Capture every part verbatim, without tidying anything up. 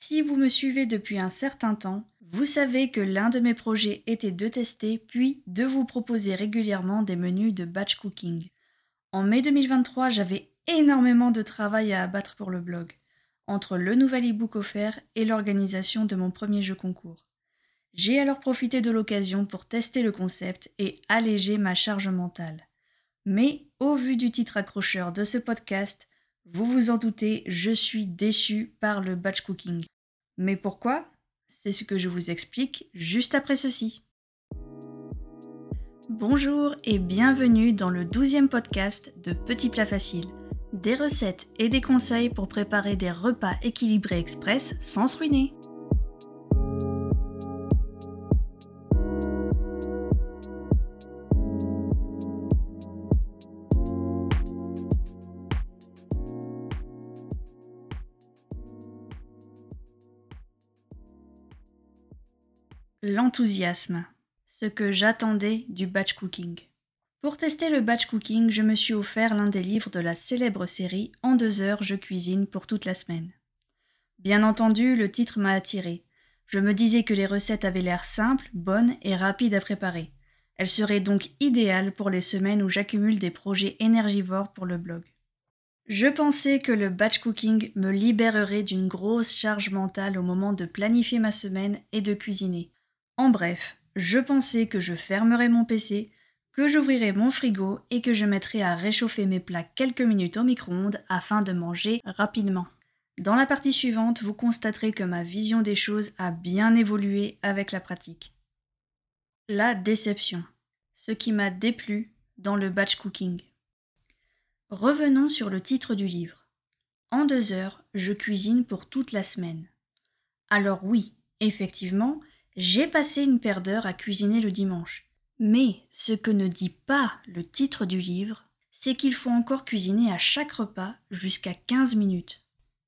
Si vous me suivez depuis un certain temps, vous savez que l'un de mes projets était de tester puis de vous proposer régulièrement des menus de batch cooking. En mai deux mille vingt-trois, j'avais énormément de travail à abattre pour le blog, entre le nouvel e-book offert et l'organisation de mon premier jeu concours. J'ai alors profité de l'occasion pour tester le concept et alléger ma charge mentale. Mais au vu du titre accrocheur de ce podcast, vous vous en doutez, je suis déçue par le batch cooking. Mais pourquoi ? C'est ce que je vous explique juste après ceci. Bonjour et bienvenue dans le douzième podcast de Petits Plats Faciles. Des recettes et des conseils pour préparer des repas équilibrés express sans se ruiner. L'enthousiasme, ce que j'attendais du batch cooking. Pour tester le batch cooking, je me suis offert l'un des livres de la célèbre série En deux heures, je cuisine pour toute la semaine. Bien entendu, le titre m'a attiré. Je me disais que les recettes avaient l'air simples, bonnes et rapides à préparer. Elles seraient donc idéales pour les semaines où j'accumule des projets énergivores pour le blog. Je pensais que le batch cooking me libérerait d'une grosse charge mentale au moment de planifier ma semaine et de cuisiner. En bref, je pensais que je fermerais mon P C, que j'ouvrirais mon frigo et que je mettrais à réchauffer mes plats quelques minutes au micro-ondes afin de manger rapidement. Dans la partie suivante, vous constaterez que ma vision des choses a bien évolué avec la pratique. La déception. Ce qui m'a déplu dans le batch cooking. Revenons sur le titre du livre. En deux heures, je cuisine pour toute la semaine. Alors oui, effectivement, j'ai passé une paire d'heures à cuisiner le dimanche. Mais ce que ne dit pas le titre du livre, c'est qu'il faut encore cuisiner à chaque repas jusqu'à quinze minutes.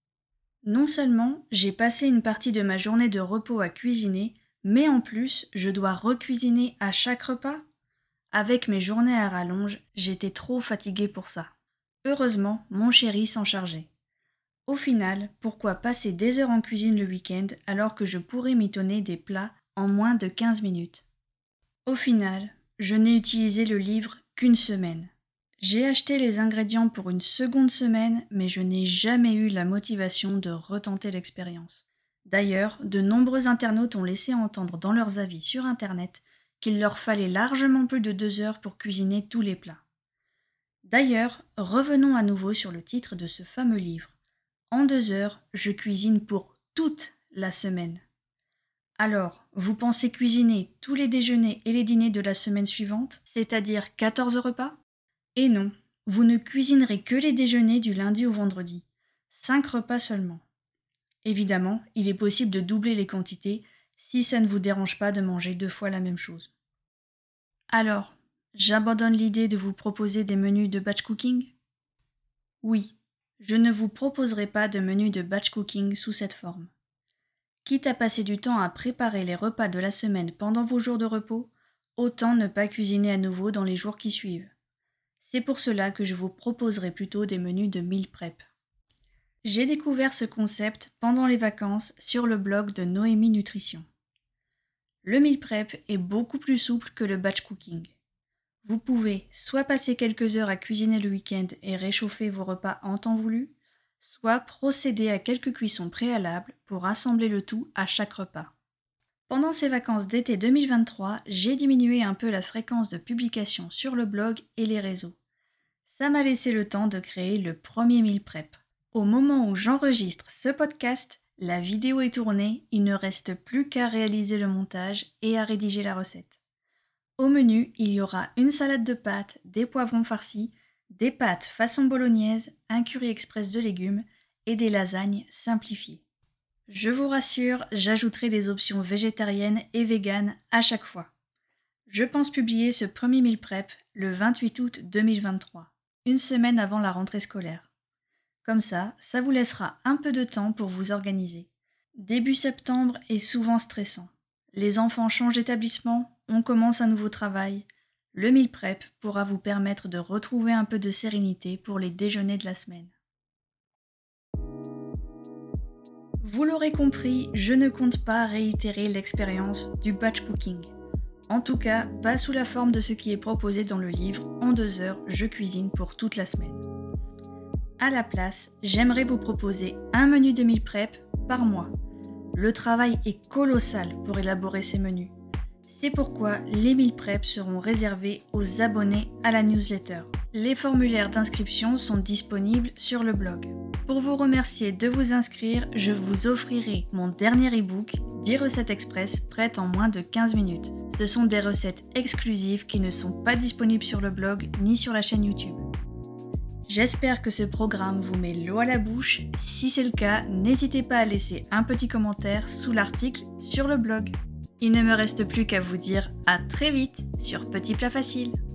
Non seulement j'ai passé une partie de ma journée de repos à cuisiner, mais en plus je dois recuisiner à chaque repas. Avec mes journées à rallonge, j'étais trop fatiguée pour ça. Heureusement, mon chéri s'en chargeait. Au final, pourquoi passer des heures en cuisine le week-end alors que je pourrais mitonner des plats en moins de quinze minutes ? Au final, je n'ai utilisé le livre qu'une semaine. J'ai acheté les ingrédients pour une seconde semaine, mais je n'ai jamais eu la motivation de retenter l'expérience. D'ailleurs, de nombreux internautes ont laissé entendre dans leurs avis sur Internet qu'il leur fallait largement plus de deux heures pour cuisiner tous les plats. D'ailleurs, revenons à nouveau sur le titre de ce fameux livre. En deux heures, je cuisine pour toute la semaine. Alors, vous pensez cuisiner tous les déjeuners et les dîners de la semaine suivante, c'est-à-dire quatorze repas ? Et non, vous ne cuisinerez que les déjeuners du lundi au vendredi, cinq repas seulement. Évidemment, il est possible de doubler les quantités si ça ne vous dérange pas de manger deux fois la même chose. Alors, j'abandonne l'idée de vous proposer des menus de batch cooking ? Oui, je ne vous proposerai pas de menu de batch cooking sous cette forme. Quitte à passer du temps à préparer les repas de la semaine pendant vos jours de repos, autant ne pas cuisiner à nouveau dans les jours qui suivent. C'est pour cela que je vous proposerai plutôt des menus de meal prep. J'ai découvert ce concept pendant les vacances sur le blog de Noémie Nutrition. Le meal prep est beaucoup plus souple que le batch cooking. Vous pouvez soit passer quelques heures à cuisiner le week-end et réchauffer vos repas en temps voulu, soit procéder à quelques cuissons préalables pour assembler le tout à chaque repas. Pendant ces vacances d'été deux mille vingt-trois, j'ai diminué un peu la fréquence de publication sur le blog et les réseaux. Ça m'a laissé le temps de créer le premier meal prep. Au moment où j'enregistre ce podcast, la vidéo est tournée, il ne reste plus qu'à réaliser le montage et à rédiger la recette. Au menu, il y aura une salade de pâtes, des poivrons farcis, des pâtes façon bolognaise, un curry express de légumes et des lasagnes simplifiées. Je vous rassure, j'ajouterai des options végétariennes et véganes à chaque fois. Je pense publier ce premier meal prep le vingt-huit août deux mille vingt-trois, une semaine avant la rentrée scolaire. Comme ça, ça vous laissera un peu de temps pour vous organiser. Début septembre est souvent stressant. Les enfants changent d'établissement, on commence un nouveau travail. Le meal prep pourra vous permettre de retrouver un peu de sérénité pour les déjeuners de la semaine. Vous l'aurez compris, je ne compte pas réitérer l'expérience du batch cooking. En tout cas, pas sous la forme de ce qui est proposé dans le livre « En deux heures, je cuisine pour toute la semaine ». À la place, j'aimerais vous proposer un menu de meal prep par mois. Le travail est colossal pour élaborer ces menus. C'est pourquoi les meal prep seront réservés aux abonnés à la newsletter. Les formulaires d'inscription sont disponibles sur le blog. Pour vous remercier de vous inscrire, je vous offrirai mon dernier e-book, dix recettes express prêtes en moins de quinze minutes. Ce sont des recettes exclusives qui ne sont pas disponibles sur le blog ni sur la chaîne YouTube. J'espère que ce programme vous met l'eau à la bouche. Si c'est le cas, n'hésitez pas à laisser un petit commentaire sous l'article sur le blog. Il ne me reste plus qu'à vous dire à très vite sur Petit Plat Facile.